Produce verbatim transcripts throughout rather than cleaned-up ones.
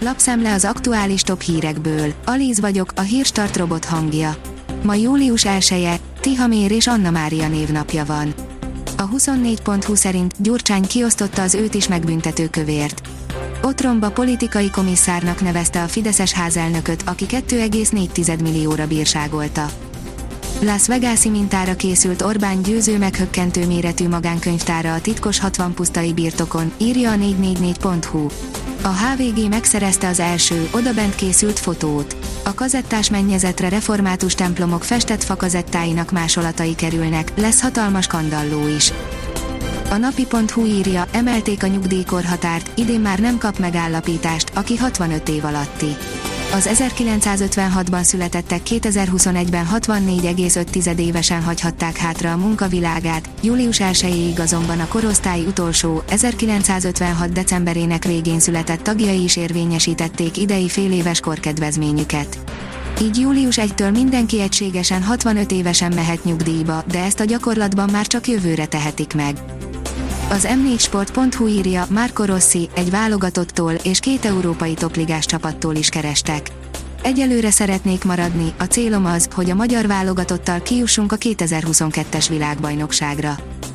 Lapszemle az aktuális top hírekből. Alíz vagyok, a Hírstart robot hangja. Ma július elseje, Tihamér és Anna Mária névnapja van. A huszonnégy pont hu szerint Gyurcsány kiosztotta az őt is megbüntető kövért. Otromba politikai komisszárnak nevezte a fideszes házelnököt, aki két egész négy millióra bírságolta. Las Vegas-i mintára készült Orbán győző meghökkentő méretű magánkönyvtára a titkos hatvan pusztai birtokon, írja a négy négy négy pont hu. A há vé gé megszerezte az első, odabent készült fotót. A kazettás mennyezetre református templomok festett fakazettáinak másolatai kerülnek, lesz hatalmas skandalló is. A napi pont hu írja, emelték a nyugdíjkorhatárt, idén már nem kap megállapítást, aki hatvanöt év alatti. Az ezerkilencszázötvenhatban születettek kétezer-huszonegyben hatvannégy egész öt évesen hagyhatták hátra a munkavilágát, július elsejéig azonban a korosztály utolsó, ezerkilencszázötvenhat decemberének végén született tagjai is érvényesítették idei féléves korkedvezményüket. Így július elsejétől mindenki egységesen hatvanöt évesen mehet nyugdíjba, de ezt a gyakorlatban már csak jövőre tehetik meg. Az em négy sport pont hu írja, Marco Rossi, egy válogatottól és két európai topligás csapattól is kerestek. Egyelőre szeretnék maradni, a célom az, hogy a magyar válogatottal kijussunk a kétezer-huszonkettes világbajnokságra.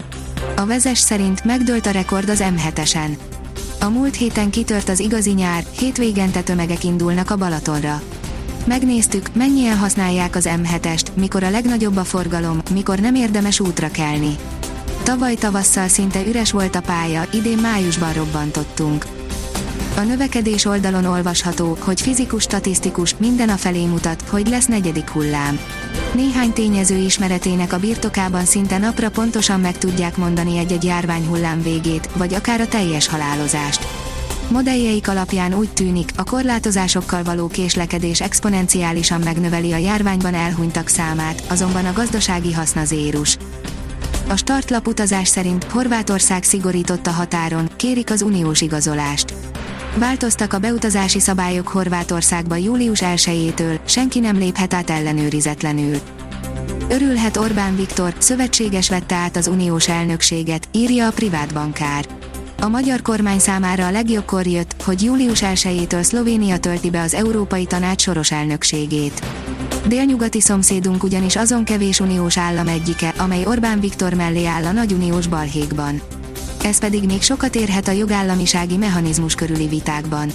A Vezes szerint megdőlt a rekord az em hetesen. A múlt héten kitört az igazi nyár, hétvégente tömegek indulnak a Balatonra. Megnéztük, mennyien használják az em hetest, mikor a legnagyobb a forgalom, mikor nem érdemes útra kelni. Tavaly tavasszal szinte üres volt a pálya, idén májusban robbantottunk. A növekedés oldalon olvasható, hogy fizikus statisztikus minden afelé mutat, hogy lesz negyedik hullám. Néhány tényező ismeretének a birtokában szinte napra pontosan meg tudják mondani egy-egy járványhullám végét, vagy akár a teljes halálozást. Modelljeik alapján úgy tűnik, a korlátozásokkal való késlekedés exponenciálisan megnöveli a járványban elhunytak számát, azonban a gazdasági haszna zérus. A startlap utazás szerint Horvátország szigorított a határon, kérik az uniós igazolást. Változtak a beutazási szabályok Horvátországba július elsejétől, senki nem léphet át ellenőrizetlenül. Örülhet Orbán Viktor, szövetséges vette át az uniós elnökséget, írja a privát bankár. A magyar kormány számára a legjobbkor jött, hogy július elsejétől Szlovénia tölti be az Európai Tanács soros elnökségét. Délnyugati szomszédunk ugyanis azon kevés uniós állam egyike, amely Orbán Viktor mellé áll a nagy uniós balhékban. Ez pedig még sokat érhet a jogállamisági mechanizmus körüli vitákban.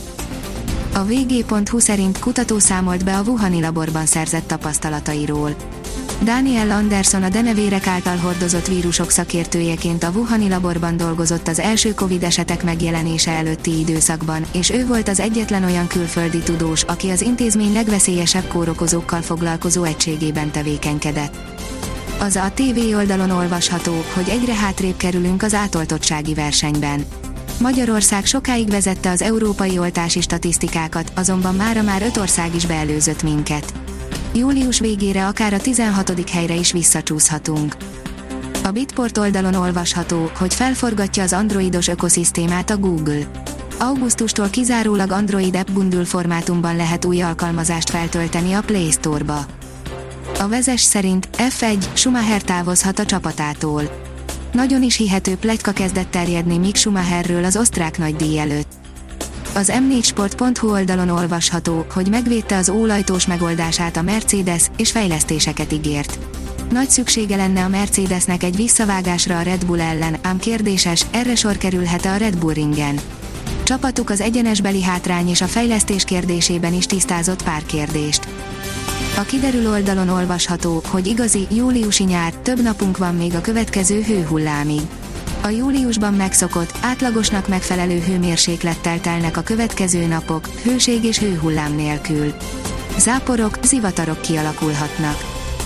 A vé gé pont hu szerint kutató számolt be a wuhani laborban szerzett tapasztalatairól. Daniel Anderson a denevérek által hordozott vírusok szakértőjeként a wuhani laborban dolgozott az első Covid esetek megjelenése előtti időszakban, és ő volt az egyetlen olyan külföldi tudós, aki az intézmény legveszélyesebb kórokozókkal foglalkozó egységében tevékenykedett. Az á té vé oldalon olvasható, hogy egyre hátrébb kerülünk az átoltottsági versenyben. Magyarország sokáig vezette az európai oltási statisztikákat, azonban mára már öt ország is beelőzött minket. Július végére akár a tizenhatodik helyre is visszacsúszhatunk. A Bitport oldalon olvasható, hogy felforgatja az androidos ökoszisztémát a Google. Augusztustól kizárólag Android App Bundle formátumban lehet új alkalmazást feltölteni a Play Store-ba. A Vezes szerint ef egy, Schumacher távozhat a csapatától. Nagyon is hihető pletyka kezdett terjedni Mick Schumacherről az osztrák nagydíj előtt. Az em négy sport pont hu oldalon olvasható, hogy megvédte az ólajtós megoldását a Mercedes, és fejlesztéseket ígért. Nagy szüksége lenne a Mercedesnek egy visszavágásra a Red Bull ellen, ám kérdéses, erre sor kerülhet-e a Red Bull ringen. Csapatuk az egyenesbeli hátrány és a fejlesztés kérdésében is tisztázott pár kérdést. A kiderül oldalon olvasható, hogy igazi, júliusi nyár, több napunk van még a következő hőhullámig. A júliusban megszokott, átlagosnak megfelelő hőmérséklettel telnek a következő napok, hőség és hőhullám nélkül. Záporok, zivatarok kialakulhatnak.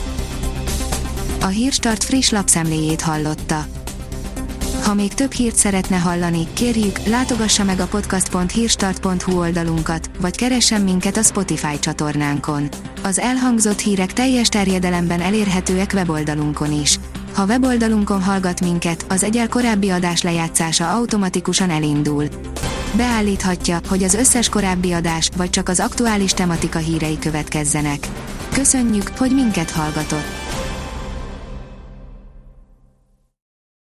A Hírstart friss lapszemléjét hallotta. Ha még több hírt szeretne hallani, kérjük, látogassa meg a podcast pont hírstart pont hu oldalunkat, vagy keressen minket a Spotify csatornánkon. Az elhangzott hírek teljes terjedelemben elérhetőek weboldalunkon is. Ha weboldalunkon hallgat minket, az egyel korábbi adás lejátszása automatikusan elindul. Beállíthatja, hogy az összes korábbi adás, vagy csak az aktuális tematika hírei következzenek. Köszönjük, hogy minket hallgatott!